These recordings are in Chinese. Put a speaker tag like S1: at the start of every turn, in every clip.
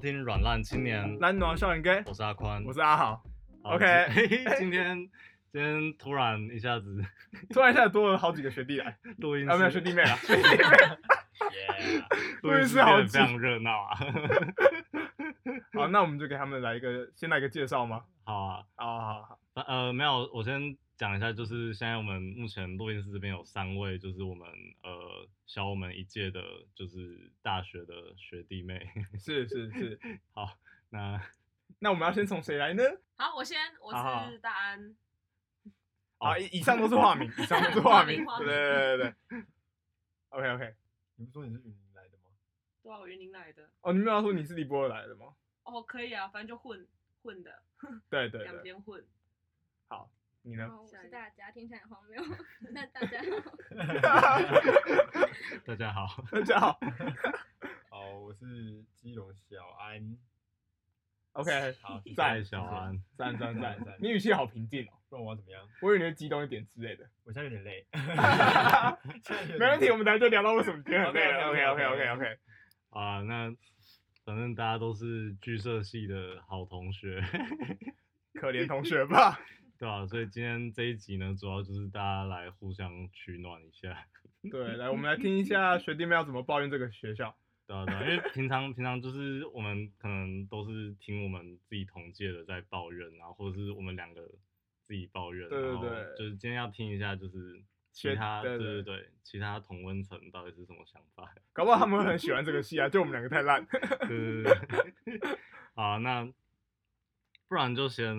S1: 听《软烂青年
S2: 蓝暖少年哥，
S1: 我是阿宽，
S2: 我是阿豪。OK，
S1: 今天突然一下子
S2: 多了好几个学弟来，
S1: 录音室
S2: 没有学弟妹啦，学弟妹，
S1: 录音室变得非常热闹啊。
S2: 好，那我们就给他们先来一个介绍吗？
S1: 好啊，
S2: 好，
S1: 没有，我先讲一下，就是现在我们目前录音室这边有3位，就是我们小我们一届的，就是大学的学弟妹。
S2: 是。
S1: 好，那
S2: 我们要先从谁来呢？
S3: 好，我是大安。
S2: 好，以上都是化名，对。OK，
S4: 你不是说你是云林来的吗？
S3: 对啊，我云林来的。
S2: 哦，你没有要说你是尼泊尔来的吗？
S3: 哦，可以啊，反正就混的。
S2: 对，
S3: 两边混。
S2: 好，你呢？
S5: 我是大家，听起来很荒谬。那大家好。
S1: 大家好。
S4: 好，我是基隆小安。
S2: OK，
S4: 好，
S2: 赞
S1: 小安，
S2: 赞。你语气好平静哦，
S4: 不然我要怎么样？
S2: 我以为你会激动一点之类的。
S4: 我现在有点累。
S2: 没问题，我们等下就聊到为什么今天很累了。OK。
S1: 啊，那反正大家都是剧社系的好同学，
S2: 可怜同学吧。
S1: 对啊，所以今天这一集呢，主要就是大家来互相取暖一下。
S2: 对，来，我们来听一下学弟妹要怎么抱怨这个学校。
S1: 对，因为平常就是我们可能都是听我们自己同届的在抱怨，然后或者是我们2个自己抱怨，
S2: 对，
S1: 就是今天要听一下就是其他对其他同温层到底是什么想法，
S2: 搞不好他们会很喜欢这个戏啊，就我们2个太烂。
S1: 对。好，那不然就先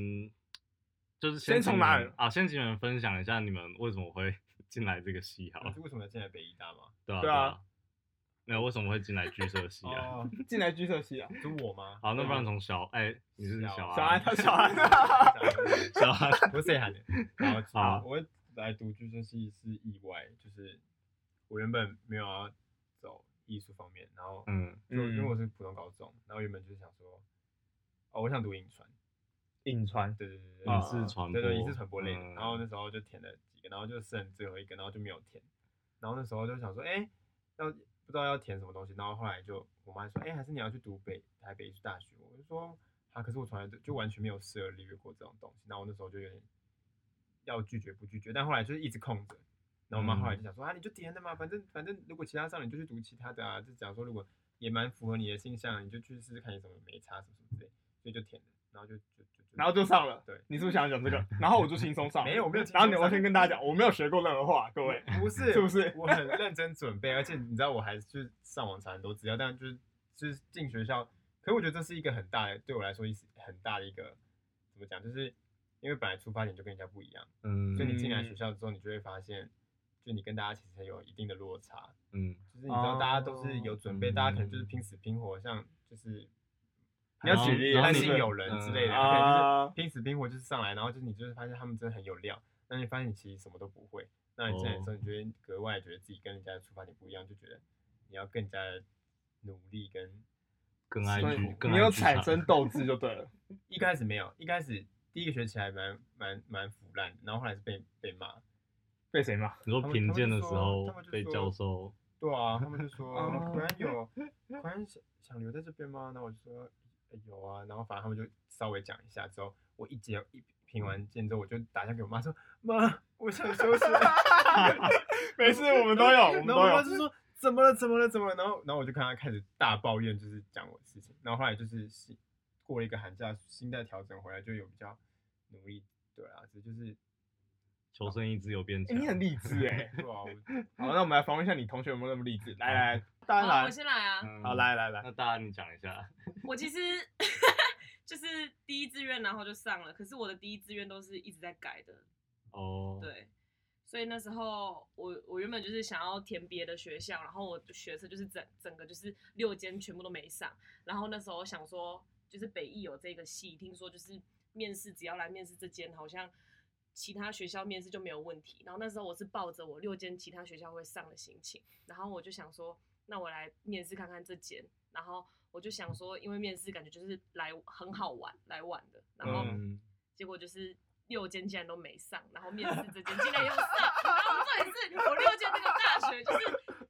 S2: 从哪里
S1: 啊？先请你们分享一下你们为什么会进来这个戏好了。
S4: 你是为什么要进来北医大吗？
S1: 对啊。没有，为什么会进来剧社系啊？
S2: 进来剧社系啊？
S4: 是我吗？
S1: 好，那不然从你是小
S2: 安，他小安，
S4: 不是谁喊的。好，我来读剧社系是意外，就是我原本没有要走艺术方面，然后因为我是普通高中，然后原本就是想说，我想读影传，对，
S1: 影视传播，
S4: 对，影视传播类的。然后那时候就填了几个，然后就剩最后一个，然后就没有填。然后那时候就想说，不知道要填什么东西，然后后来就我妈说，还是你要去读台北艺术大学。我就说可是我从来就完全没有涉猎过这种东西。然后我那时候就有点要拒绝不拒绝，但后来就是一直空着。然后我妈后来就想说，你就填的嘛，反正如果其他上你就去读其他的啊，就讲说如果也蛮符合你的性向，你就去试试看有什么没差什么之类，所以就填了，然后就
S2: 上了。
S4: 对，
S2: 你是不是想讲这个？然后我就轻松上了。
S4: 没有，
S2: 然后我先跟大家讲，我没有学过任何话，各位。
S4: 不是，
S2: 是不是？
S4: 我很认真准备，而且你知道我还是上网查很多资料，但就是进学校，可是我觉得这是一个很大的，对我来说很大的一个怎么讲，就是因为本来出发点就跟人家不一样，所以你进来学校之后，你就会发现，就你跟大家其实有一定的落差，就是你知道大家都是有准备，大家可能就是拼死拼活，像就是
S2: 你要举例，
S4: 担心有人之类的，可能就是拼死拼活就是上来，然后就是你就是发现他们真的很有料，那你发现你其实什么都不会，那你进来的时候，你觉得格外觉得自己跟人家的出发点不一样，就觉得你要更加的努力跟
S1: 更爱剧，
S2: 你有产生斗志就对了。
S4: 一开始没有，一开始第一个学期还蛮腐烂，然后后来是被骂。
S2: 被谁骂？
S1: 你说评鉴的时候被教授？
S4: 对啊，他们就说果然想留在这边吗？那我就说有啊，然后反正他们就稍微讲一下之后，我一评完鉴之后，我就打电话给我妈说，妈，我想休息。
S2: 没事，我们都有。
S4: 然后我妈就说怎么了？然后我就看她开始大抱怨，就是讲我的事情。然后后来就是过了一个寒假，心态调整回来，就有比较努力。对啊，这就是
S1: 求生意志有变强。
S2: 你很励志哎。
S4: 对啊。
S2: 好，那我们来访问一下你同学有没有那么励志？来，大家来。
S3: 我先来啊。
S2: 好，来。
S1: 那大家你讲一下。
S3: 我其实就是第一志愿，然后就上了，可是我的第一志愿都是一直在改的。对，所以那时候我原本就是想要填别的学校，然后我的学测就是整个就是6间全部都没上，然后那时候想说就是北艺有这个系，听说就是面试只要来面试这间，好像其他学校面试就没有问题。然后那时候我是抱着我6间其他学校会上的心情，然后我就想说，那我来面试看看这间。然后我就想说，因为面试感觉就是很好玩来玩的，然后结果就是6间竟然都没上，然后面试这间竟然有上，然后重点是我6间那个大学就是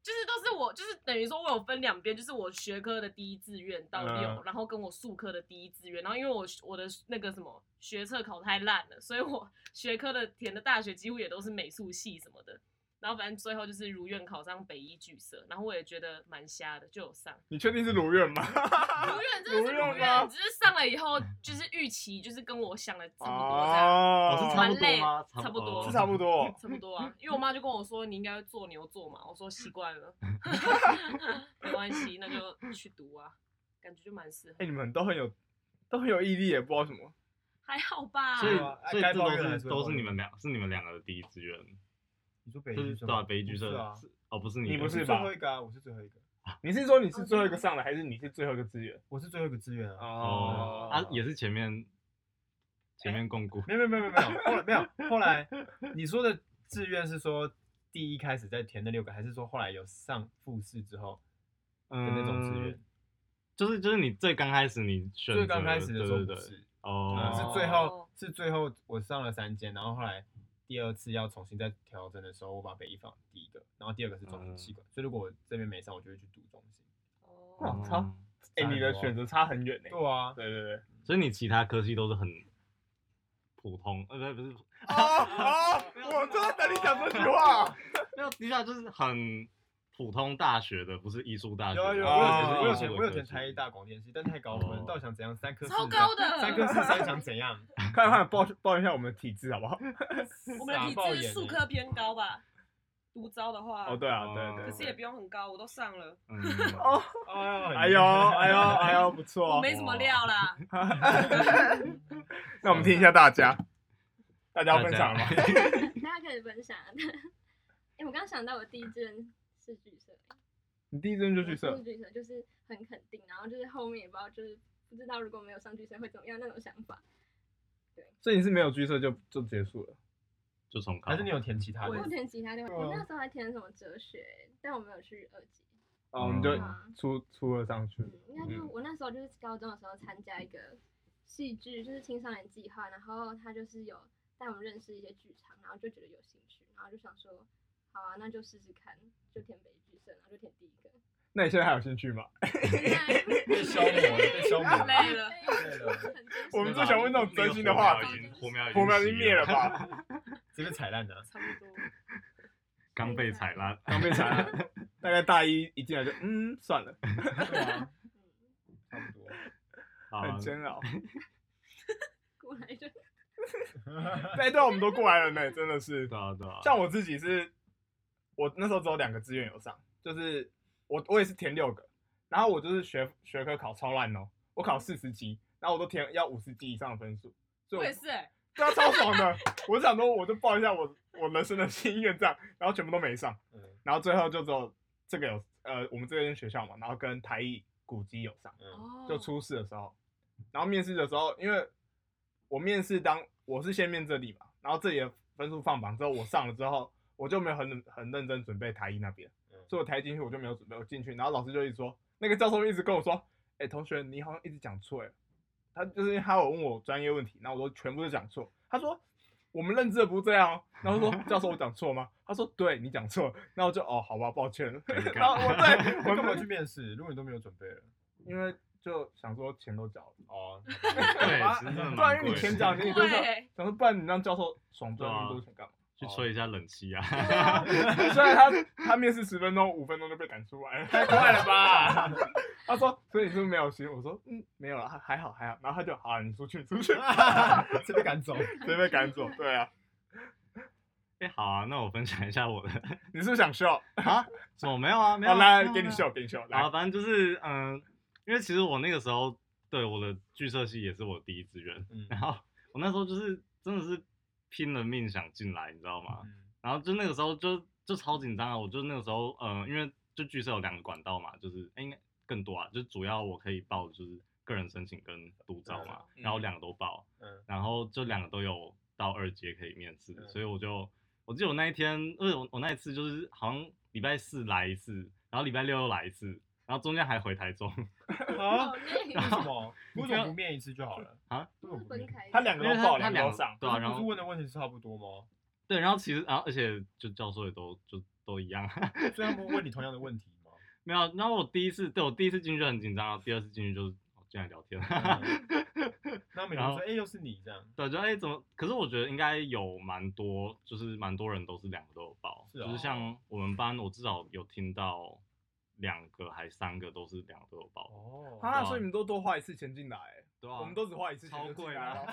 S3: 就是都是我，就是等于说我有分两边，就是我学科的第一志愿到6，然后跟我术科的第一志愿，然后因为我的那个什么学测考太烂了，所以我学科的填的大学几乎也都是美术系什么的。然后反正最后就是如愿考上北医剧社，然后我也觉得蛮瞎的，就有上。
S2: 你确定是如愿吗？
S3: 如愿真的是如愿，只是上了以后就是预期就是跟我想的差不多这
S1: 样。
S3: 是
S1: 差不多吗？
S3: 差不多，
S2: 是差不多，
S3: 差不多啊。因为我妈就跟我说你应该会做牛做马，我说习惯了，没关系，那就去读啊，感觉就蛮适合。
S2: 你们都很有毅力耶，不知道什么。
S3: 还好吧。
S1: 所以这都是你们两个的第一志愿。
S4: 你说北医
S1: 对啊，北医剧社不是你
S2: 不是吧？
S4: 最后一个啊，我是最后一个。
S2: 你是说你是最后一个上的，还是你是最后一个志愿？
S4: 我是最后一个志愿啊。
S1: 也是前面共估。
S4: 没有，后来你说的志愿是说第一开始在填那6个，还是说后来有上复试之后的那种志愿？
S1: 就是你最刚开始你选
S4: 最刚开始的时候不是是最后我上了3间，然后后来第2次要重新再调整的时候，我把北医放第1个，然后第2个是中心气管，所以如果我这边没上，我就会去读中心。
S2: 哇操！你的选择差很远呢。
S4: 对啊，
S2: 对，
S1: 所以你其他科系都是很普通，不是。
S2: 我就在等你讲这句话。
S1: 没有，的确就是很普通大学的，不是艺术大学。
S4: 有，我有填台艺大广电系，但太高分，到底想怎样？3科4
S3: 超高的
S4: ，3科4三想怎样？
S2: 快抱怨一下我们的体质好不好？
S3: 我们的体质术科偏高吧，独招的话。
S2: 对啊，
S3: 可是也不用很高，我都上了。
S2: 哎呦，不错。
S3: 我没什么料啦。
S2: 那我们听一下大家要分享吗？
S5: 大家可以分享。我刚想到我第一志愿是剧社。
S2: 你第一志愿就剧社？
S5: 是剧社，就是很肯定，然后就是后面也不知道，就是不知道如果没有上剧社会怎么样那种想法。对。
S2: 所以你是没有剧社就结束了？
S1: 就重考？
S4: 还是你有填其他的？
S5: 我有填其他地方，我那时候还填什么哲学，但我没有去2级。
S2: 你就初2上去。
S5: 应该就我那时候就是高中的时候参加一个戏剧，就是青少年计划，然后他就是有带我们认识一些剧场，然后就觉得有兴趣，然后就想说，好啊，那就试试看，就填北剧社，然后就填第1个。
S2: 那你现在还有兴趣吗？
S4: 被消磨了，
S3: 累了。
S2: 我们就想问那种真心的话题，火苗已经灭了吧？
S4: 这边踩烂的，
S3: 差不多。
S1: 刚被踩烂，
S2: 大概大一一进来就算了。
S4: 对啊，差不多。
S2: 很煎熬。
S5: 过来人。
S2: 对，我们都过来人呢，真的是。
S1: 对啊。
S2: 像我自己我那时候只有2个志愿有上，就是我也是填6个，然后我就是学科考超烂哦，我考40级，然后我都填要50级以上的分数，所以
S3: 我也是
S2: 对啊，超爽的。我就想说，我就报一下我人生的心愿这样，然后全部都没上，然后最后就只有这个有我们这间学校嘛，然后跟台艺古籍有上，就初试的时候，然后面试的时候，因为我面试我是先面这里嘛，然后这里的分数放榜之后，我上了之后，我就没有很认真准备台艺那边，所以我台进去我就没有准备，我进去，然后老师就一直说，那个教授一直跟我说，同学你好像一直讲错他就是因为他有问我专业问题，然后我都全部都讲错。他说我们认知的不是这样然后说教授我讲错吗？他说对你讲错，然后我就好吧抱歉。然后我
S4: 干嘛去面试？如果你都没有准备了，
S2: 因为就想说钱都缴了
S1: 对，
S2: 不然因为你钱缴你就想说不然你让教授爽赚那么多钱干嘛？
S1: 去吹一下冷气啊！
S2: 虽然他面试10分钟5分钟就被赶出来了，太快了吧？他说，所以你是不是没有心？我说，没有了，还好。然后他就，好，你出去，直
S4: 接被赶走，
S2: 对啊。
S1: 好啊，那我分享一下我的。
S2: 你是不是想秀
S1: 啊？什么没有啊？没有。
S2: 来，给你秀。
S1: 来，反正就是因为其实我那个时候对我的剧社系也是我第一志愿，然后我那时候就是真的是拼了命想进来，你知道吗？然后就那个时候就超紧张啊！我就那个时候因为就剧社有2个管道嘛，就是应该更多啊，就主要我可以报的就是个人申请跟独招嘛，然后2个都报，然后就2个都有到2阶可以面试，所以我记得我那一天，因为我那一次就是好像礼拜4来一次，然后礼拜6又来一次，然后中间还回台中。
S5: 好累。
S4: 为什么？为什么不面一次就好了啊？
S5: 分开。
S2: 他2个都报，2个都上，
S4: 对啊。然后问的问题是差不多吗？
S1: 对，然后其实而且就教授也都就都一样。
S4: 所以他们问你同样的问题吗？
S1: 没有，然后我第一次进去就很紧张，然后第二次进去就是进来聊天。
S4: 那每个人说，又是你这样。
S1: 对，就怎么？可是我觉得应该有蛮多人都是2个都有报，就是像我们班，我至少有听到2个还3个都是2个都有报。
S2: 所以你们都多花1次钱进来，
S1: 对啊，
S2: 我们都只花1次钱就进来了。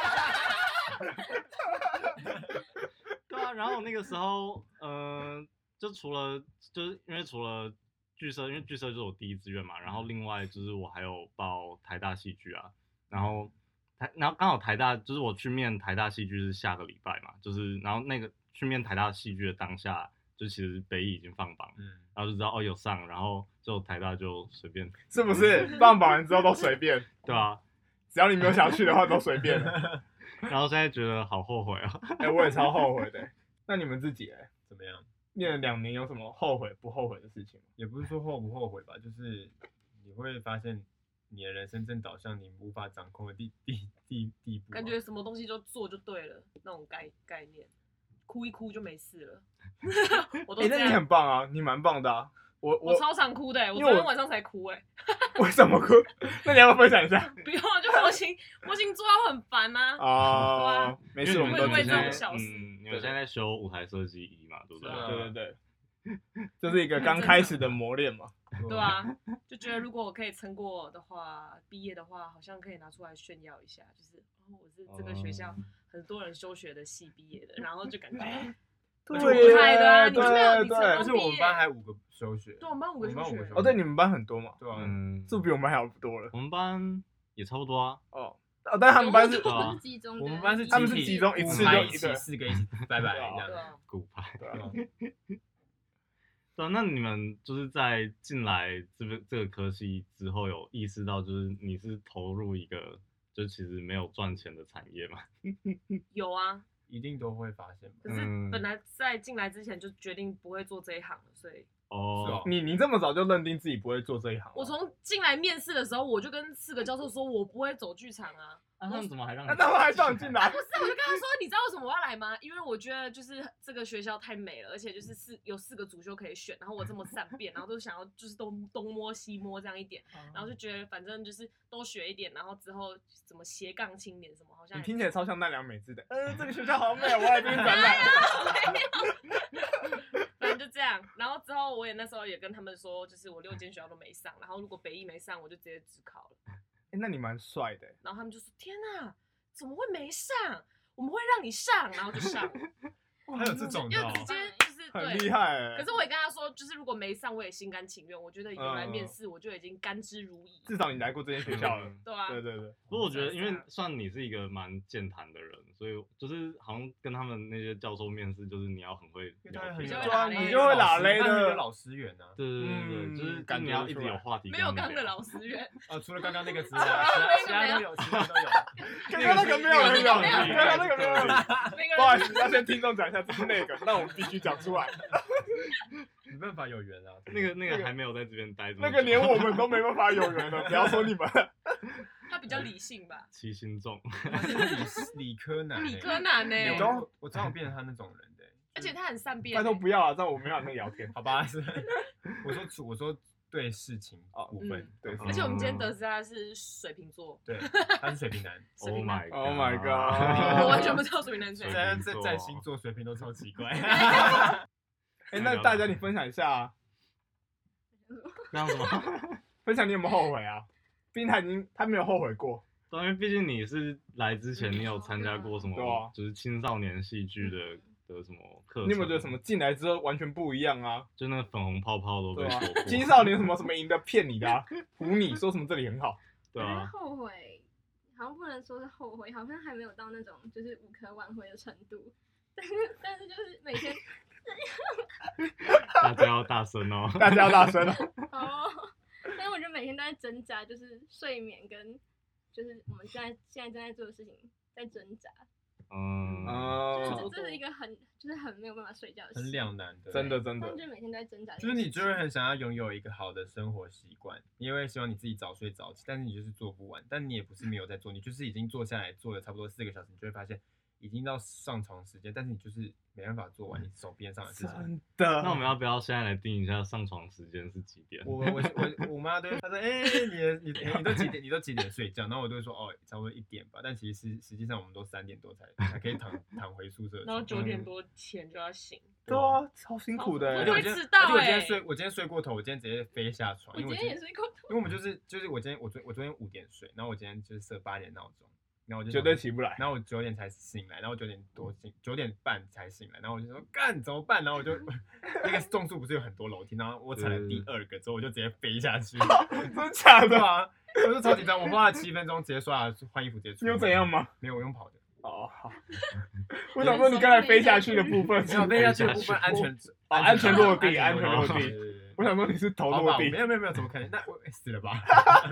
S1: 对啊，然后那个时候，就除了剧社，因为剧社就是我第一志愿嘛，然后另外就是我还有报台大戏剧啊，然后刚好台大就是我去面台大戏剧是下个礼拜嘛，就是然后那个去面台大戏剧的当下，就其实北艺已经放榜，然后就知道有上，然后就台大就随便，
S2: 是不是放榜完之后都随便？
S1: 对啊，
S2: 只要你没有想去的话都随便。
S1: 然后现在觉得好后悔啊！
S2: 我也超后悔的。那你们自己
S4: 怎么样？
S2: 念了2年有什么后悔不后悔的事情吗？
S4: 也不是说后不后悔吧，就是你会发现你的人生正导向你无法掌控的地步。
S3: 感觉什么东西就做就对了那种概念，哭一哭就没事了。我都这样。
S2: 那你很棒啊，你蛮棒的啊。
S3: 我超常哭的，我昨天晚上才哭
S2: 为什么哭？那你要不要分享一下？
S3: 不用，就模型做到很烦啊。
S2: 没事，我们都
S3: 为这种小事。
S1: 你们现在在修舞台设计1嘛，对不对？
S2: 对。这是一个刚开始的磨练嘛。
S3: 对啊，就觉得如果我可以撑过的话，毕业的话，好像可以拿出来炫耀一下，就是我是这个学校很多人休学的系毕业的，然后就感觉。
S2: 对
S3: 的，你没有，
S4: 而且我们班还5个休学。
S3: 对，我们班5个休学。
S2: 对，你们班很多嘛？
S4: 对啊，
S2: 是不是比我们还要多了？
S1: 我们班也差不多啊。
S2: 但他们班是
S5: 集中，
S4: 我们班是
S2: 他们是集中一次就
S4: 一起4个一起拜拜这样。
S1: 骨牌。对，那你们就是在进来这个科系之后，有意识到就是你是投入一个就其实没有赚钱的产业吗？
S3: 有啊。
S4: 一定都会发现吧。
S3: 可是本来在进来之前就决定不会做这一行了，所以
S2: 你这么早就认定自己不会做这一行？
S3: 我从进来面试的时候，我就跟4个教授说，我不会走剧场啊。
S1: 他们怎么还让你？
S2: 他们还让你进来？
S3: 不是，我就跟他说，你知道为什么我要来吗？因为我觉得就是这个学校太美了，而且就是有4个主修可以选，然后我这么善变，然后都想要就是东摸西摸这样一点，然后就觉得反正就是都学一点，然后之后怎么斜杠青年什么，好像
S2: 你听起来超像奈良美智的。这个学校好美，我来这边展览。
S3: 反正就这样，然后之后我也那时候也跟他们说，就是我6间学校都没上，然后如果北艺没上，我就直接指考了。
S2: 那你蛮帅的。
S3: 然后他们就说：“天哪，怎么会没上？我们会让你上。”然后就上了。
S4: 还有这种的，
S3: 就直接就是
S2: 很厉害。
S3: 可是我也跟他说，就是如果没上，我也心甘情愿。我觉得有来面试，我就已经甘之如饴。
S2: 至少你来过这间学校了。
S3: 对啊。
S2: 对。
S1: 不过我觉得，因为算你是一个蛮健谈的人，所以就是好像跟他们那些教授面试，就是你要很会聊天，
S2: 你就会打雷的
S4: 老师缘啊。
S1: 对，就是感觉要一直有话题。
S3: 没有刚的老师缘。
S4: 除了刚刚那个之外，其他都有。
S2: 刚刚那个没有人有，刚刚那个没有人。不好意思，要先听众讲一下这是那个，那我们必须讲出来。
S4: 没办法有缘啊，
S1: 那个还没有在这边待着，
S2: 那个连我们都没办法有缘了，不要说你们。
S3: 他比较理性吧，
S1: 七星重，
S4: 理科男
S3: 呢？
S4: 我正好变成他那种人的，
S3: 而且他很善变。
S2: 拜托不要啊，这样我没法跟你聊天，
S4: 好吧？我说对事情部分，对。
S3: 而且我们今天得知他是水瓶座，
S4: 对，他是水瓶男。
S1: Oh
S2: my god！
S3: 我完全不知道水瓶男是谁。
S4: 在星座水瓶都超奇怪。
S2: 那大家你分享一下啊。
S1: 这样子吗？
S2: 分享你有没有后悔啊？毕竟他没有后悔过。
S1: 对，因为毕竟你是来之前，你有参加过什么，就是青少年戏剧的什么课程？
S2: 你有没有觉得什么进来之后完全不一样啊？
S1: 就那个粉红泡泡都被说过。
S2: 青少年什么赢的骗你的啊，唬你说什么这里很好。
S1: 对啊。
S5: 后悔，好像不能说是后悔，好像还没有到那种就是无可挽回的程度。但是就是每天。
S1: 大家要大声哦！
S2: 大家要大声
S5: 哦！但是我觉得每天都在挣扎，就是睡眠跟就是我们现在正在做的事情在挣扎。这是一个很没有办法睡觉的事，
S4: 很两难的，
S2: 真的。
S5: 但就每天都在挣扎。
S4: 就是你就会很想要拥有一个好的生活习惯，你也会希望你自己早睡早起，但是你就是做不完。但你也不是没有在做，你就是已经坐下来做了差不多4个小时，你就会发现已经到上床时间，但是你就是没办法做完你手边上的事情。
S2: 真的。
S1: 那我们要不要现在来定一下上床时间是几点？
S4: 我妈都她说，你都几点睡觉？然后我都会说差不多1点吧。但其实实际上我们都3点多才可以躺回宿舍。
S3: 然后9点多前就要醒。
S2: 对啊，超辛苦的。
S3: 我会迟到
S4: 我今天睡过头，我今天直接飞下床。
S5: 我今天也睡过头。
S4: 因为我们就是我昨天5点睡，然后我今天就是设8点闹钟。然后我就
S2: 绝对起不来，
S4: 然后我9点才醒来，然后9点半才醒来，然后我就说干怎么办？然后我就那个种树不是有很多楼梯，然后我踩了第2个之后，我就直接飞下去，
S2: 真假的
S4: 啊？我就超紧张，我花了7分钟直接刷牙换衣服直接出。
S2: 你有怎样吗？
S4: 没有，我用跑的。
S2: 哦好。我想说你刚才飞下去的部分，
S4: 没有飞下去的部分安全
S2: 落地，安全落地。我想说你是头落地，
S4: 没有，怎么可能？那我死了吧？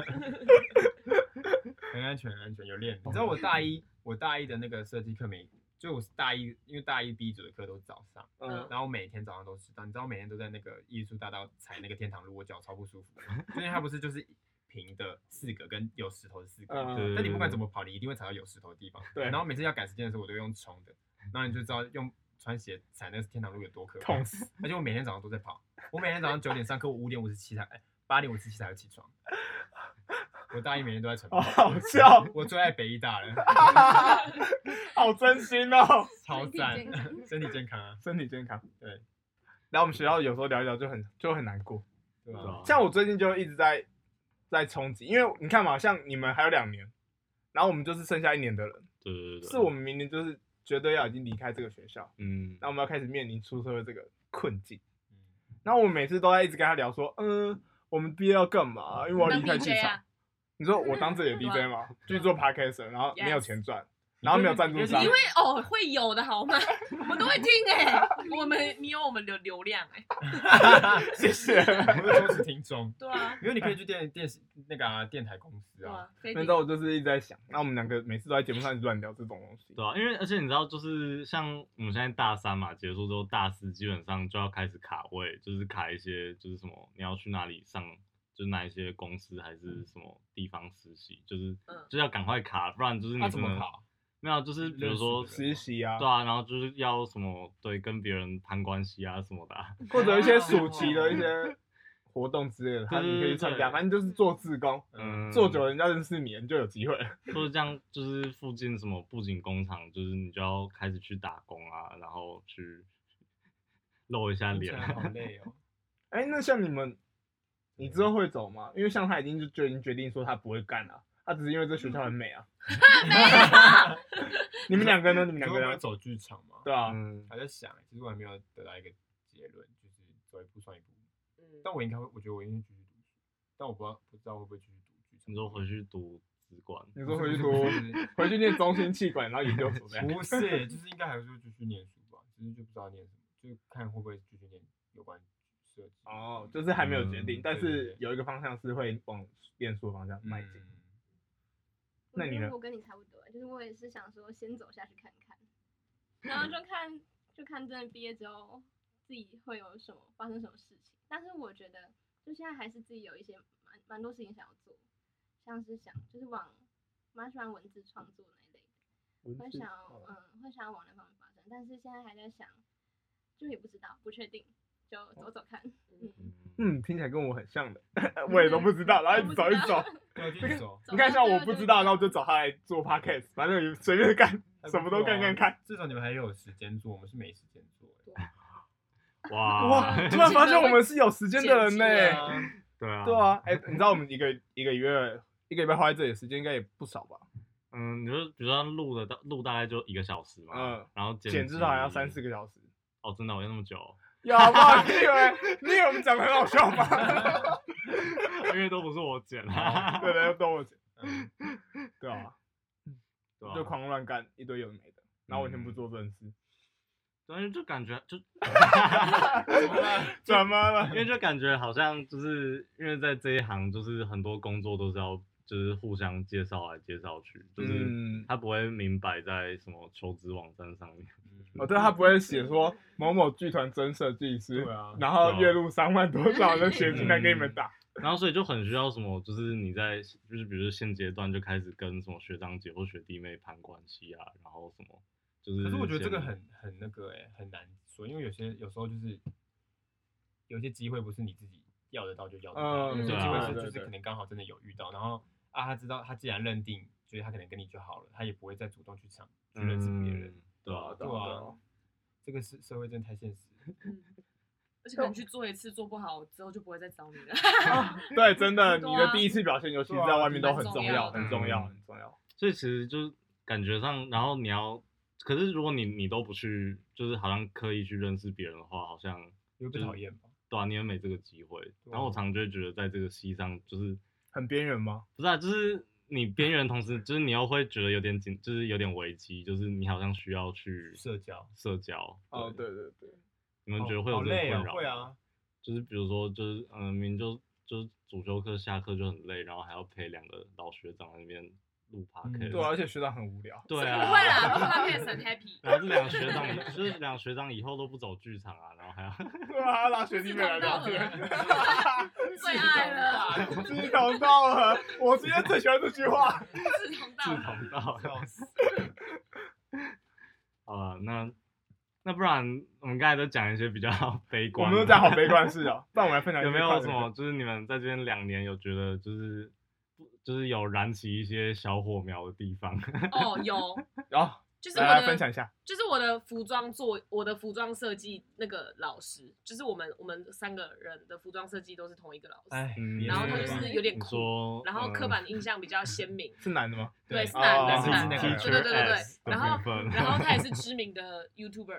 S4: 很安全，有练。你知道我大一的那个设计课就我是大一，因为大一第1组的课都是早上，然后我每天早上都迟到。你知道我每天都在那个艺术大道踩那个天堂路，我脚超不舒服，因为它不是就是平的4个跟有石头的4个，但你不管怎么跑，你一定会踩到有石头的地方。对。然后每次要赶时间的时候，我都用冲的，然后你就知道用穿鞋踩那个天堂路有多可怕，
S2: 痛死！
S4: 而且我每天早上都在跑，我每天早上9点上课，我5点57才8点57才会起床。我大一每天都在晨跑，
S2: 好笑。
S4: 我最爱北医大了，
S2: 好真心哦，
S4: 超赞，身体健康啊，
S2: 身体健康。
S4: 对。
S2: 然后我们学校有时候聊一聊就很难过，
S4: 对吧？
S2: 像我最近就一直在冲击，因为你看嘛，像你们还有2年，然后我们就是剩下1年的人，
S1: 对，
S2: 是我们明年就是绝对要已经离开这个学校，那我们要开始面临出社会这个困境，然后我每次都在一直跟他聊说，我们毕业要干嘛？因为我要离开剧场。你说我当这里的 DJ 吗？去做 podcast， 然后没有钱赚，然后没有赞助商。
S3: 因为会有的好吗？我们都会听你有我们的流量
S2: 谢谢。
S4: 我们忠实听众。
S3: 对啊。
S4: 因为你可以去电那个电台公司啊。
S2: 那时候我就是一直在想，那我们2个每次都在节目上乱聊这种东西。
S1: 对啊，因为而且你知道，就是像我们现在大3嘛，结束之后大4基本上就要开始卡位，就是卡一些就是什么你要去哪里上。就是哪一些公司还是什么地方实习，就是要赶快卡，不然就是你
S4: 怎么卡？
S1: 没有，就是比如说
S2: 实习啊，
S1: 对啊，然后就是要什么对跟别人攀关系啊什么的，
S2: 或者一些暑期的一些活动之类的，你可以参加，反正就是做志工，做久了人家认识你，你就有机会。
S1: 或者这样，就是附近什么布景工厂，就是你就要开始去打工啊，然后去露一下脸。
S4: 好累哦。
S2: 那像你之后会走吗？因为像他已经决定说他不会干了，他只是因为这学校很美啊。你们2个呢？你们2个人
S4: 走剧场吗？
S2: 对啊，
S4: 还在想，其实我还没有得到一个结论，就是走一步算一步。但我觉得我应该继续读书，但我不知道会不会继续读剧场。
S1: 你说回去读资管？
S2: 你说回去念中心气管，然后研究所？
S4: 不是，就是应该还是继续念书吧，只是就不知道念什么，就看会不会继续念有关。
S2: 就是还没有决定，但是有一个方向是会往念书的方向迈进。那你呢？
S5: 我跟你差不多，就是我也是想说先走下去看看，然后就看真的毕业之后自己会有发生什么事情。但是我觉得就现在还是自己有一些蛮多事情想要做，像是就是蛮喜欢文字创作那一类的，会想要往那方面发展，但是现在还在想，就也不知道，不确定。就走走看，
S2: 听起来跟我很像的，我也都不知道，然后一直走一直走。你看，像我不知道，然后就找他来做 podcast， 反正随便干，什么都干。
S4: 至少你们还有时间做，我们是没时间做。
S1: 哇！
S2: 突然发现我们是有时间的人呢。
S1: 对
S2: 啊。你知道我们一个礼拜花在这里的时间应该也不少吧？
S1: 你就比如说录大概就1个小时嘛，然后
S2: 剪至少还要3-4个小时。
S1: 哦，真的，我要那么久？
S2: 有吗？你以为我们讲的很好笑吗？
S1: 因为都不是我剪啊。
S2: 对，都我剪。对啊。就狂乱干一堆有的没的，然后完全不做正事。
S1: 对，就感觉就
S2: 怎么了？
S1: 因为就感觉好像就是因为在这一行，就是很多工作都是要就是互相介绍来介绍去，就是他不会明摆在什么求职网站上面。
S2: 对，他不会写说某某剧团真设计师，然后月入3万多少的写进来给你们打。
S1: 然后所以就很需要什么，就是你在就是比如说现阶段就开始跟什么学长姐或学弟妹攀关系啊，然后什么就是。
S4: 可是我觉得这个很那个很难说，因为有时候就是有些机会不是你自己要得到就要得到，有些机会是就是可能刚好真的有遇到，然后他知道他既然认定，所以他可能跟你就好了，他也不会再主动去认识别人。
S2: 对啊，
S4: 这个社会真的太现实。
S3: 而且可能去做一次做不好之后就不会再找你了。
S2: 对，真的，你的第一次表现，尤其是在外面都很重要，很重要。
S1: 所以其实就是感觉上，然后你要，可是如果你都不去，就是好像刻意去认识别人的话，好像
S4: 会被讨厌吧？
S1: 对啊，你也没这个机会。然后我常就会觉得在这个戏上就是
S2: 很边缘吗？
S1: 不是啊，就是你边缘同时，就是你又会觉得有点就是有点危机，就是你好像需要去社交。
S2: 哦，对。
S1: 你们觉得会有这个困扰吗？
S4: 会啊，
S1: 就是比如说，就是明明就是主修课下课就很累，然后还要陪2个老学长在那边录 podcast。
S2: 对啊，而且学长很无聊。
S1: 对啊。
S3: 不会啦，录 podcast 很 happy。
S1: 然后这2个学长以后都不走剧场啊，然后还要。
S2: 对啊，还要拉学弟妹来聊天。
S3: 最爱了。
S2: 志同道合，我今天最喜欢这句话。
S3: 志同道合。
S1: 笑死。那不然我们刚才都讲一些比较悲观，
S2: 我们都讲好悲观的事哦。不然我们来分享
S1: 有没有什么，就是你们在这边2年有觉得就是有燃起一些小火苗的地方？
S3: 哦，有。就是
S2: 来分享一下，
S3: 就是我的服装设计那个老师，就是我们3个人的服装设计都是同一个老师，然后他就是有点酷，然后刻板印象比较鲜明。
S2: 是男的吗？
S3: 对，是男的，对。然后他也是知名的 YouTuber。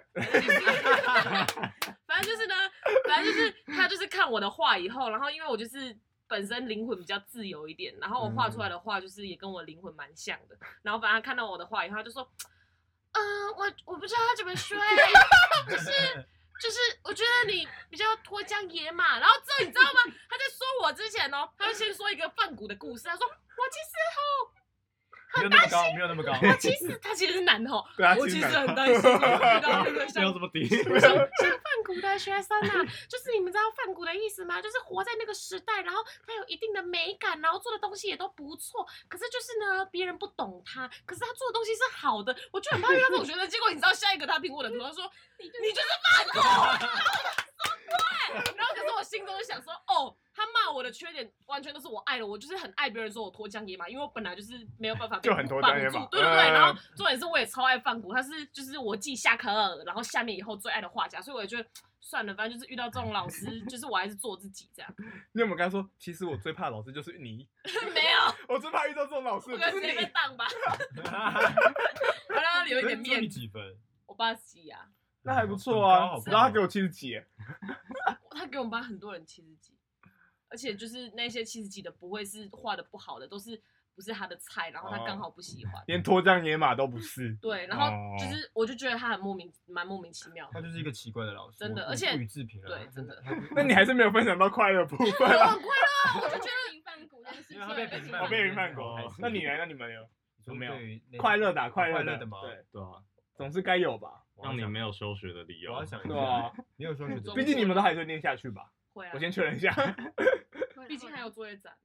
S3: 反正就是他就是看我的画以后，然后因为我就是本身灵魂比较自由一点，然后我画出来的画就是也跟我灵魂蛮像的，然后反正他看到我的画以后，他就说。我不知道他怎么说，就是我觉得你比较脱缰野马，然后之后你知道吗？他在说我之前他就先说一个梵谷的故事，他说我其实很担心，
S4: 没有那么高，
S3: 他其实是男的我其实很担心，
S1: 没有这么低，
S3: 像梵谷的学生啊，就是你们知道梵谷的意思吗？就是活在那个时代，然后他有一定的美感，然后做的东西也都不错，可是就是呢，别人不懂他，可是他做的东西是好的，我就很怕遇到这种学生。结果你知道下一个他听我的图，他说你就是梵谷，对，然后可是我心中就想说，他骂我的缺点完全都是我爱的，我就是很爱别人说我脱缰野马，因为我本来就是没有办法被绑住，对，然后重点是我也超爱梵谷，他是就是我继夏克尔，然后下面以后最爱的画家，所以我也觉得算了，反正就是遇到这种老师，就是我还是做自己这样。
S2: 你有没有跟他说，其实我最怕的老师就是你？
S3: 没有，
S2: 我最怕遇到这种老师，
S3: 就是你。被当吧。我让他留一点面子。
S4: 你几分？
S3: 我80几啊。
S2: 那还不错啊，然后他给我70几。
S3: 他给我们班很多人70几。而且就是那些70几的不会是画的不好的，都是不是他的菜，然后他刚好不喜欢，
S2: 连脱缰野马都不是。
S3: 对，然后就是我就觉得他蛮莫名其妙的。
S4: 他就是一个奇怪的老师，
S3: 真的，而且
S4: 无语置评了。
S3: 对，真的。
S2: 那你还是没有分享到快乐部分。
S3: 我很快乐，我就觉得
S5: 梵谷但是
S4: 他被
S2: 评梵谷。那你呢？那你们有没有
S4: 快乐
S2: 的吗？
S1: 对啊，
S2: 总是该有吧，
S1: 让你没有休学的理由。
S4: 我要想一下，没有休学的，
S2: 毕竟你们都还是会念下去吧？
S3: 会啊。
S2: 我先确认一下。
S3: 毕竟还有作业展。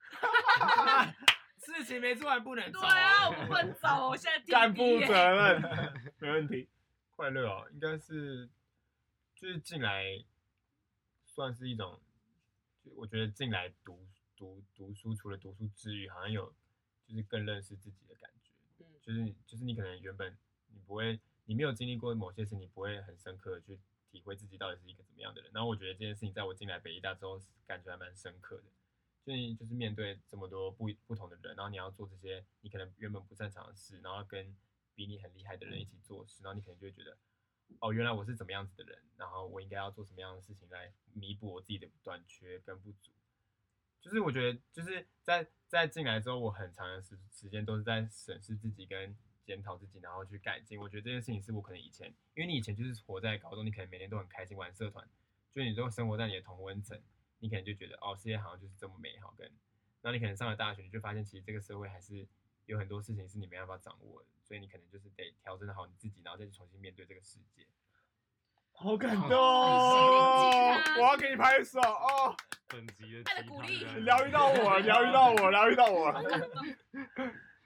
S4: 事情没做完不能走。
S3: 对啊，我不能走，我现在
S2: 干部责任，没问题。
S4: 快乐应该是就是进来算是一种，我觉得进来读书，除了读书之余，好像有就是更认识自己的感觉。就是你可能原本你没有经历过某些事，你不会很深刻的去体会自己到底是一个怎么样的人。然后我觉得这件事情在我进来北医大之后，感觉还蛮深刻的。就是面对这么多不同的人，然后你要做这些你可能原本不擅长的事，然后跟比你很厉害的人一起做事，然后你可能就会觉得，原来我是怎么样子的人，然后我应该要做什么样的事情来弥补我自己的短缺跟不足。就是我觉得就是在进来之后，我很长的时间都是在审视自己跟检讨自己，然后去改进。我觉得这件事情是我可能以前，因为你以前就是活在高中，你可能每天都很开心玩社团，就是你都生活在你的同温层。你可能就觉得世界好像就是这么美好，然后你可能上了大学，你就发现其实这个社会还是有很多事情是你没办法掌握的，所以你可能就是得调整好你自己，然后再去重新面对这个世界。
S2: 好感动哦！我要给你拍手哦！
S1: 本集
S3: 的鼓励，
S2: 疗愈到我。
S3: 好感动。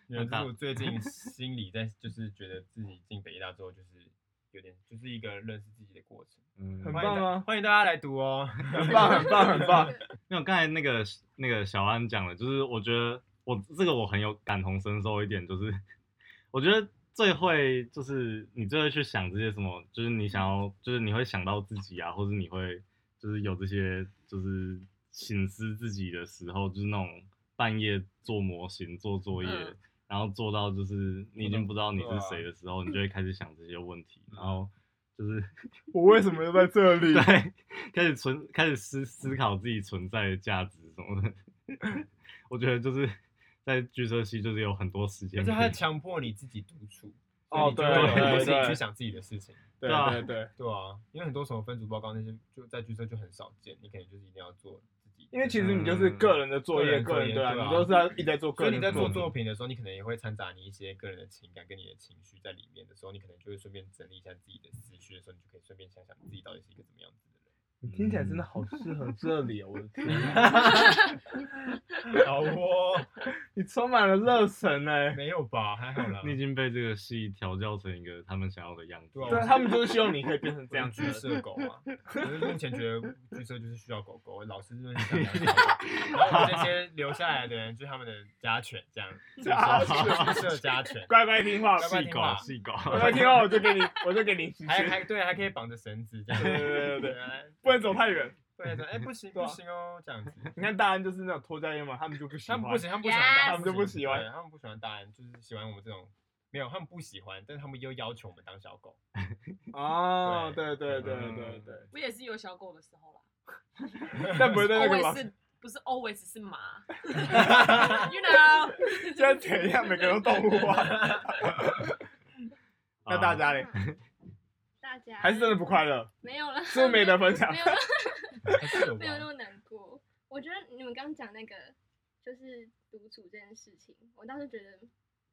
S4: 就是我最近心里就是觉得自己进北医大之后，就是有点就是一个认识自己的过程。
S2: 很棒啊！
S4: 欢迎大家来读哦，
S2: 很棒，很棒，很棒。
S1: 因为我刚才那个小安讲的，就是我觉得我很有感同身受一点，就是我觉得就是你最会去想这些什么，就是你想要，就是你会想到自己啊，或者你会就是有这些就是省思自己的时候，就是那种半夜做模型、做作业，然后做到就是你已经不知道你是谁的时候，你就会开始想这些问题，然后就是
S2: 我为什么又在这里？
S1: 对，开始思考自己存在的价值什么的。我觉得就是在剧社系就是有很多时间，
S4: 而且他强迫你自己独处。
S2: 对，
S4: 有很多事情去想自己的事情。
S2: 对啊，
S4: 因为很多什么分组报告那些，就在剧社就很少见，你可能就是一定要做自己。
S2: 因为其实你就是个人的作业，个人对啊，你都是一直在做个人。
S4: 所以你在做作品的时候，你可能也会掺杂你一些个人的情感跟你的情绪在里面的时候，你可能就会顺便整理一下自己的思绪的时候，你就可以顺便想想自己到底是一个怎么样子的人。
S2: 你听起来真的好适合这里哦，我的天！
S4: 好哦，
S2: 你充满了热忱哎。
S4: 没有吧？还好啦。
S1: 你已经被这个系调教成一个他们想要的样子。
S2: 对，他们就是希望你可以变成这样
S4: 剧社狗嘛。可是目前觉得剧社就是需要狗狗，老师就是想养小狗，然后这些留下来的人就是他们的家犬，这样。剧社家犬，
S2: 乖乖听话，
S1: 细狗，
S2: 乖乖听话，我就给你时间。
S4: 还可以绑着绳子这样。
S2: 对，不能走太远。
S4: 对，不行哦，这样子。
S2: 你看大安就是那种脱缰野马，他们就不喜欢。
S4: 他们不喜欢大安，
S2: 他们就不喜欢。
S4: 他们不喜欢大安，就是喜欢我们这种。没有，他们不喜欢，但是他们又要求我们当小狗。
S2: 哦，对。
S3: 我也是有小狗的时候啦，
S2: 但不会在那个
S3: 不是 always 是马，you know。
S2: 现在怎样？每个人都动物啊。那大家嘞？
S5: 大家
S2: 还是真的不快乐？
S5: 没有了，
S2: 是不是没得分享？
S5: 没有那么难过。我觉得你们刚讲那个就是独处这件事情，我倒是觉得，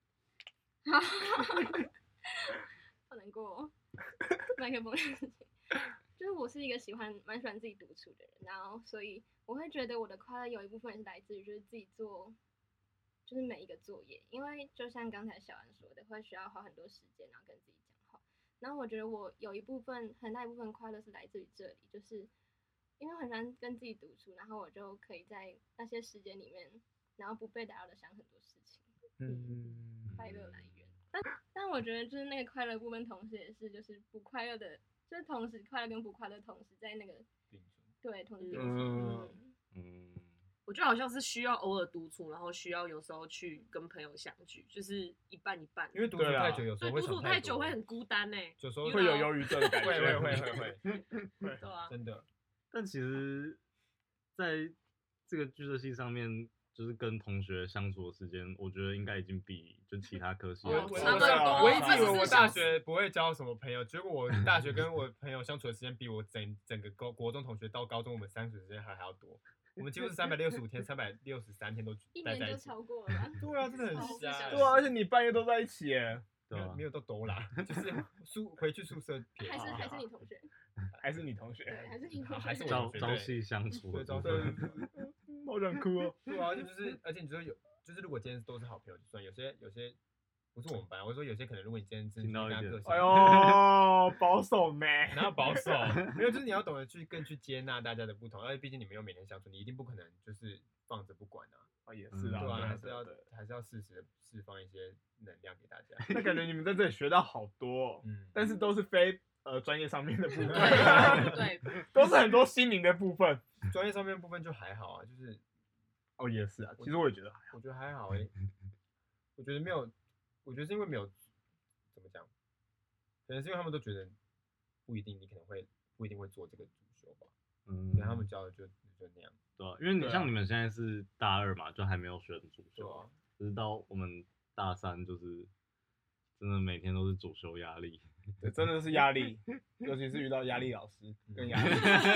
S5: 好难过。麦克风的事情，就是我是一个蛮喜欢自己独处的人，然后所以我会觉得我的快乐有一部分也是来自于就是自己做，就是每一个作业，因为就像刚才小安说的，会需要花很多时间，然后跟自己讲话。然后我觉得我有很大一部分快乐是来自于这里，就是因为很喜欢跟自己独处，然后我就可以在那些时间里面，然后不被打扰的想很多事情，快乐来源。但我觉得就是那个快乐部分，同时也是就是不快乐的，就是同时快乐跟不快乐同时在那个对同时并存。
S3: 我觉得好像是需要偶尔独处，然后需要有时候去跟朋友相聚，就是一半一半。
S4: 因为独处太久，有时候会
S3: 独处太久会很孤单呢，
S4: 有时候
S2: 会有忧郁症的感觉。
S4: 会，
S3: 对啊，
S4: 真的。
S1: 但其实，在这个剧社系上面，就是跟同学相处的时间，我觉得应该已经比就其他科系
S4: 我一直以为我大学不会交什么朋友，结果我大学跟我朋友相处的时间比我整个国中同学到高中我们相处的时间还要多。我们几乎是365天，363天都待在一起，
S5: 一年就超过了吧？
S4: 对啊，真的很瞎。
S2: 对啊，而且你半夜都在一起耶。
S4: 没有到多啦，就是回去宿舍。
S5: 还是你同学？
S2: 还是你同学？
S5: 对，还是你同学？
S4: 还是我同学？
S1: 朝夕相处。
S2: 对，好想哭哦。
S4: 对啊，就是而且你说就是如果今天都是好朋友就算，有些不是我们班，我说有些可能如果你今天真的跟他个性，
S2: 哎呦，保守咩？
S4: 然后保守，没有，就是你要懂得更去接纳大家的不同，而且毕竟你们又每天相处，你一定不可能就是放着不管啊。
S2: 也是啊，
S4: 对啊，还是要适时的释放一些能量给大家。
S2: 那感觉你们在这里学到好多，但是都是非专业上面的部分，
S3: 对，
S2: 都是很多心灵的部分。
S4: 专业上面的部分就还好啊，就是
S2: 也是啊，其实我也觉得还好，
S4: 我觉得还好我觉得没有，我觉得是因为没有怎么讲，可能是因为他们都觉得不一定会做这个主修吧，然后他们教的就那样。
S1: 对啊，因为像你们现在是大2嘛，就还没有选主修，
S4: 啊，
S1: 直到我们大3就是真的每天都是主修压力，
S2: 对，真的是压力，尤其是遇到压力老师更压力。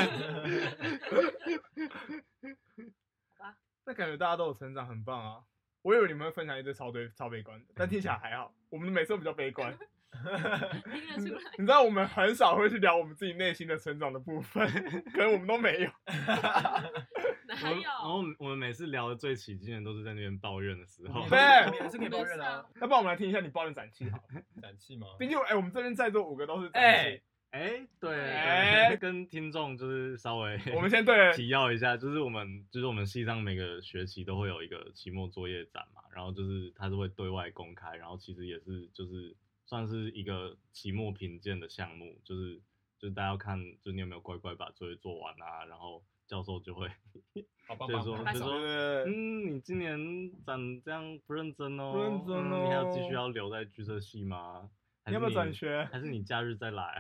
S3: 好吧，
S2: 那感觉大家都有成长，很棒啊！我以为你们会分享一堆超悲观的，但听起来还好。我们每次都比较悲观，
S5: 听得出来。
S2: 你知道我们很少会去聊我们自己内心的成长的部分，可能我们都没有。
S3: 哪有？
S1: 然后我们每次聊的最起劲的都是在那边抱怨的时候。
S2: 对，
S4: 也是可以抱怨啊。
S2: 要不然我们来听一下你抱怨展气好了。
S4: 展气吗？
S2: 毕竟我们这边在座5个都是展气。
S1: 对，跟听众就是稍微
S2: 我们先对
S1: 提要一下，就是我们系上每个学期都会有一个期末作业展嘛，然后就是它是会对外公开，然后其实也是就是算是一个期末评鉴的项目，就是大家要看，就是你有没有乖乖把作业做完啊，然后教授就会就是说你今年展这样不认真哦，
S2: 不认真哦，
S1: 你还要继续要留在剧社系吗？
S2: 你要不要转学？
S1: 还是你假日再来？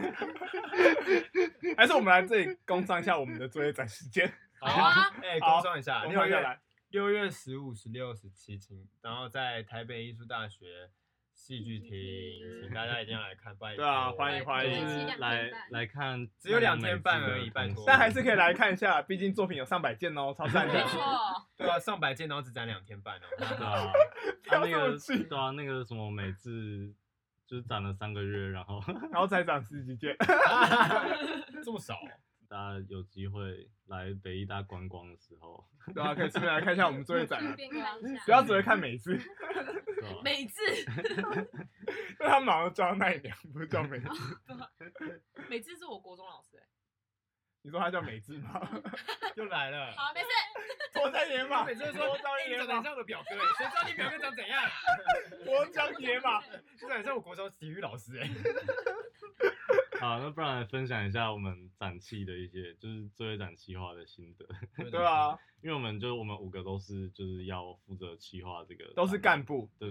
S2: 还是我们来这里工商一下我们的作业展时间？
S4: 好啊，工商一下
S2: 6
S4: 月15、16、17，然后在台北艺术大学戏剧厅，请大家一定要来看，拜托。
S2: 对啊，欢迎，
S1: 就是来看，
S4: 只有2天半而已，拜托。
S2: 但还是可以来看一下，毕竟作品有上百件哦，超赞的。
S3: 没错。
S4: 对啊，上百件，然后只展2天半哦。
S1: 对啊，对啊，那个什么美智。就是展了3个月，然后
S2: 才展10几件，
S4: 这么少？
S1: 大家有机会来北艺大观光的时候，
S2: 对啊，可以顺便来看一下我们作业展啊，
S5: 不
S2: 要只会看美智，
S3: 美智，
S2: 因为他们好像叫奈良，不是叫美智。
S3: 美智是我国中老师
S2: 你说他叫美智吗？
S4: 又来了。
S3: 好，没事。
S2: 脱缰野马，
S4: 每次都说你长得很像我的表哥，谁知道你表哥长怎样？
S2: 脱缰野马，
S4: 就很像我国中体育老师
S1: 好，那不然来分享一下我们展期的一些，就是作业展企划的心得。
S2: 对啊，
S1: 因为我们5个都是就是要负责企划这个，
S2: 都是干部。
S1: 对。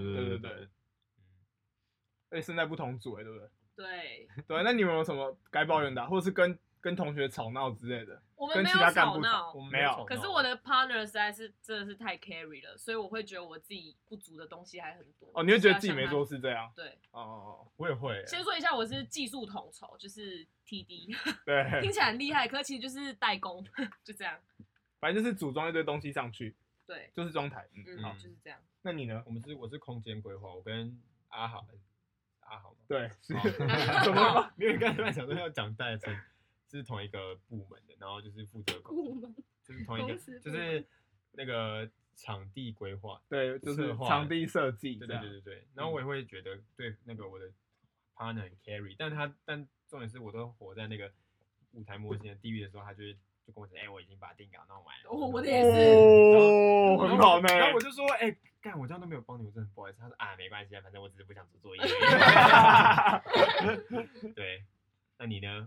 S2: 而且身在不同组对不对？
S3: 对，
S2: 那你们有什么该抱怨的，或者是跟同学吵闹之类的？
S3: 我们没有吵闹，
S2: 没有。
S3: 可是我的 partner 实在是真的是太 carry 了，所以我会觉得我自己不足的东西还很多。
S2: 哦，你会觉得自己没做事这样？
S3: 对。
S2: 我也会。
S3: 先说一下，我是技术统筹，就是 TD。
S2: 对。
S3: 听起来很厉害，可其实就是代工，就这样。
S2: 反正就是组装一堆东西上去。
S3: 对。
S2: 就是装台。
S3: 好，就是这样。
S2: 那你呢？
S4: 我是空间规划，我跟阿豪吗？
S2: 对，
S4: 是。怎么了？因为刚才讲说要讲代称。是同一个部门的，然后就是负责就是同一个，就是那个场地规划，
S2: 对，就是场地设计，
S4: 对。然后我也会觉得对那个我的 partner 很 carry，但重点是我都活在那个舞台模型的地狱的时候，他就跟我讲，我已经把定稿弄完了。
S3: 我的也是。
S2: 很好呢。
S4: 然后我就说，干，我这样都没有帮你，我真的很不好意思。他说没关系啊，反正我只是不想做作业。对，那你呢？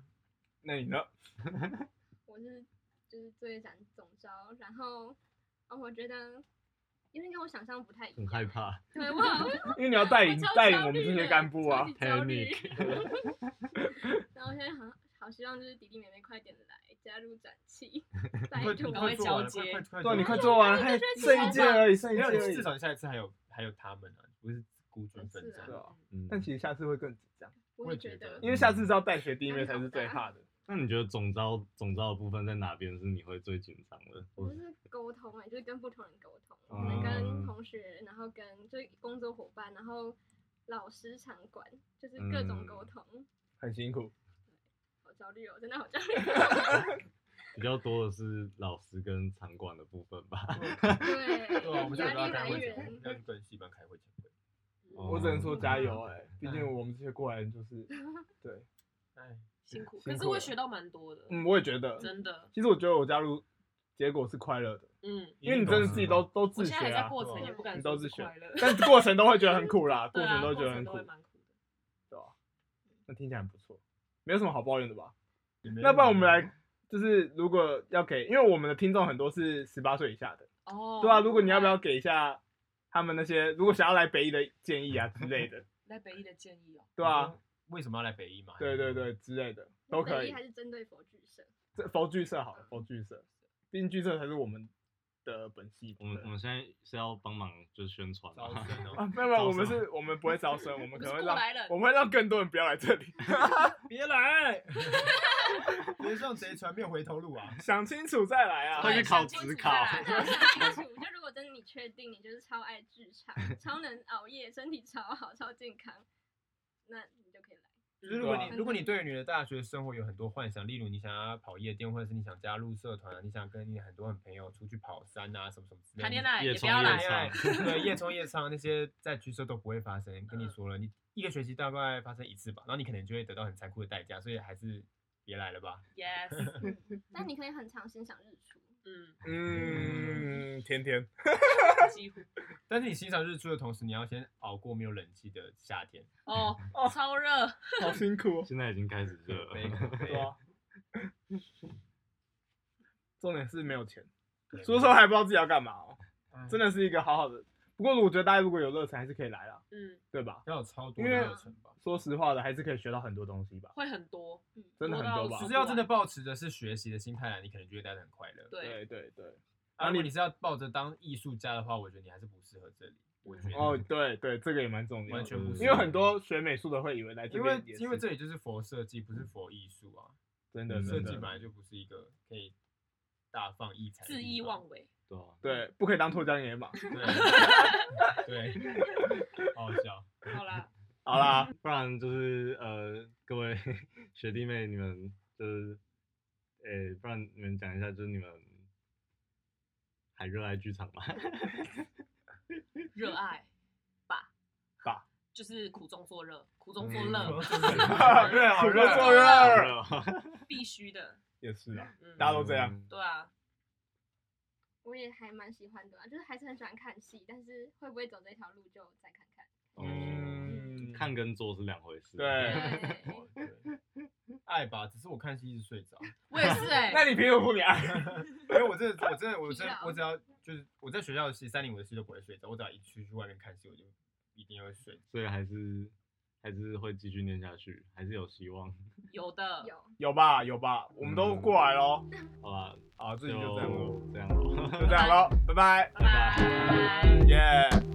S5: 我是就是作业展总招，然后我觉得因为跟我想象不太一样，
S1: 很害怕。
S5: 对，
S2: 因为你要带领我们这些干部啊。
S1: Panic。
S5: 然后现在好希望就是弟弟妹妹快点来加入展期，
S3: 拜托，快交接。
S2: 对，你快做完，剩一届而已，
S4: 至少你下一次还有他们啊，不是孤军奋战。
S2: 但其实下次会更紧张。
S5: 我也觉得，
S2: 因为下次是要带学弟妹才是最怕的。
S1: 那你觉得总招的部分在哪边是你会最紧张的？
S5: 我是沟通就是跟不同人沟通，可能跟同学，然后跟就是工作伙伴，然后老师、场馆，就是各种沟通。
S2: 很辛苦。
S5: 好焦虑哦，真的好焦虑。
S1: 比较多的是老师跟场馆的部分吧。
S5: 对，
S4: 我们现在
S5: 压力
S4: 要开会前，
S5: 源。
S4: 要去跟戏班开会前会。
S2: 我只能说加油毕竟我们这些过来人就是对，
S3: 辛苦，可是会学到蛮多的。
S2: 我也觉得，
S3: 真的。
S2: 其实我觉得我加入结果是快乐的，
S3: 因
S2: 为你真的自己都自学啊。
S3: 我现在还在过程，也不敢说是快乐，
S2: 但过程都会觉得很苦啦，过程都会觉得很苦，对吧？那听起来很不错，没有什么好抱怨的吧？那不然我们来，就是如果要给，因为我们的听众很多是18岁以下的，对啊，如果你要不要给一下他们那些如果想要来北艺的建议啊之类的？
S3: 来北艺的建议哦。
S2: 对啊，
S4: 为什么要来北艺嘛？
S2: 对之类的都可以。
S5: 北艺还是针对佛剧社？
S2: 佛剧社好了，佛剧社，毕竟剧社才是我们的本系。
S1: 我们现在是要帮忙就是宣传
S2: 啊，没有，我们不会招生，我们可能会让更多人不要来这里。
S4: 别来，别上贼船，没有回头路啊！
S2: 想清楚再来啊！
S1: 会去考职考。
S5: 就如果真的你确定你就是超爱剧场，超能熬夜，身体超好，超健康， 那你就可以来。
S4: 就是如果你对你的大学生活有很多幻想，例如你想要跑夜店，或者是你想加入社团，你想跟你很多朋友出去跑山啊，什么什么之类的。
S3: 谈恋爱也不要来。
S4: 对，夜冲夜唱那些在剧社都不会发生。跟你说了，你一个学期大概发生1次吧，然后你可能就会得到很残酷的代价，所以还是别来了吧。
S3: Yes。
S5: 但你可以很常欣赏日出。
S2: 天天。
S3: 几乎。
S4: 但是你欣赏日出的同时，你要先熬过没有冷气的夏天。
S3: 哦，超热，
S2: 好辛苦哦。
S1: 现在已经开始热了。
S2: 对啊。重点是没有钱，说实话还不知道自己要干嘛哦。真的是一个好好的。不过我觉得大家如果有热忱，还是可以来啦。对吧？
S4: 要有超多的热忱吧。
S2: 说实话的，还是可以学到很多东西吧。
S3: 会很多，
S2: 真的很多吧。
S4: 只是要真的抱持的是学习的心态来，你可能就会待得很快乐。
S3: 对。
S4: 如果你是要抱着当艺术家的话，我觉得你还是不适合这里。我觉得
S2: 哦，对，这个也蛮重要的，
S4: 完全不是。
S2: 因为很多学美术的会以为来这边
S4: 因为这里就是佛设计，不是佛艺术啊。
S2: 真的，
S4: 设计本来就不是一个可以大放异彩、
S3: 恣意妄为。
S2: 对，不可以当脱缰野马。
S4: 对，好好笑。
S2: 好啦，
S1: 不然就是各位学弟妹，你们就是不然你们讲一下，就是你们还热爱剧场吗？
S3: 热爱吧，就是苦中作乐，苦中作乐，
S2: 苦中作乐，
S3: 必须的。
S2: 也是啊，大家都这样。
S3: 对啊。
S5: 我也还蛮喜欢的啊，就是还是很喜欢看戏，但是会不会走这条路就再看看。
S1: 看跟做是两回事。
S2: 对。
S4: 爱吧，只是我看戏一直睡着。
S3: 我也是
S2: 那你凭什么不你爱？
S4: 因为我只要就是我在学校的戏，305的戏都不会睡着，我只要一去外面看戏，我就一定会睡。
S1: 所以还是会继续念下去，还是有希望。
S2: 有吧，我们都过来咯。
S1: 好吧，
S2: 好，这集就这样咯，
S1: 就这样咯，
S2: 拜拜，
S3: 拜拜，
S2: 耶。